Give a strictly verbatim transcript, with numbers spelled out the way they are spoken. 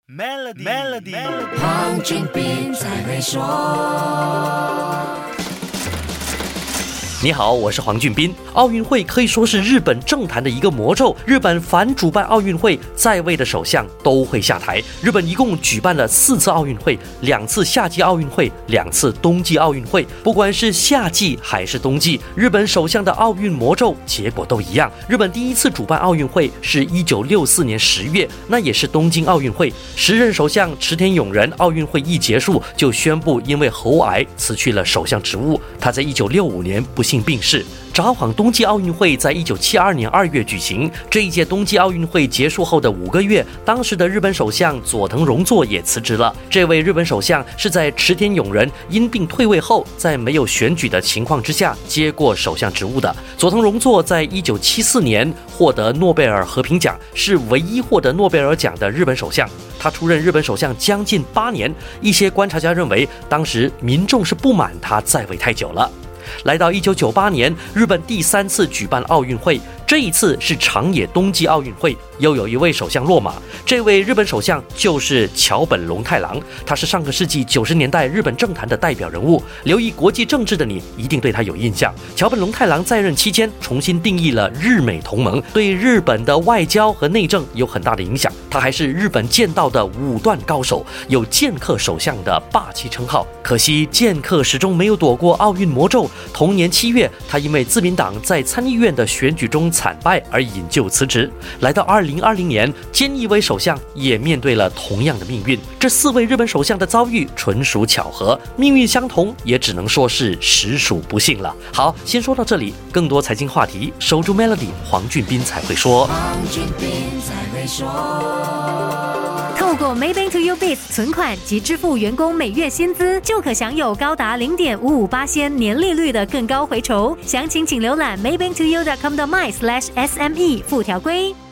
Melody, Melody, Melody. 黄俊斌才会说。 你好，我是黄俊斌。奥运会可以说是日本政坛的一个魔咒。日本凡主办奥运会，在位的首相都会下台。日本一共举办了四次奥运会，两次夏季奥运会，两次冬季奥运会。不管是夏季还是冬季，日本首相的奥运魔咒结果都一样。日本第一次主办奥运会是一九六四年十月，那也是东京奥运会。时任首相池田勇人奥运会一结束就宣布因为喉癌辞去了首相职务。他在一九六五年不幸病逝。札幌冬季奥运会在一九七二年二月举行。这一届冬季奥运会结束后的五个月，当时的日本首相佐藤荣作也辞职了。这位日本首相是在池田勇人因病退位后，在没有选举的情况之下接过首相职务的。佐藤荣作在一九七四年获得诺贝尔和平奖，是唯一获得诺贝尔奖的日本首相。他出任日本首相将近八年，一些观察家认为，当时民众是不满他在位太久了。来到一九九八年，日本第三次举办奥运会，这一次是长野冬季奥运会，又有一位首相落马。这位日本首相就是桥本龙太郎，他是上个世纪九十年代日本政坛的代表人物。留意国际政治的你，一定对他有印象。桥本龙太郎在任期间，重新定义了日美同盟，对日本的外交和内政有很大的影响。他还是日本剑道的武断高手，有剑客首相的霸气称号。可惜剑客始终没有躲过奥运魔咒。同年七月，他因为自民党在参议院的选举中惨败而引咎辞职。来到二零二零年，菅义伟首相也面对了同样的命运。这四位日本首相的遭遇纯属巧合，命运相同，也只能说是实属不幸了。好，先说到这里，更多财经话题，守住 Melody， 黄俊斌才会说。 黄俊斌才会说。 透过 Maybank to U-Biz 存款及支付员工每月薪资，就可享有高达 零点五五八%年利率的更高回酬。详情请浏览 maybank to u dot com 的 my slash S M E 附条规。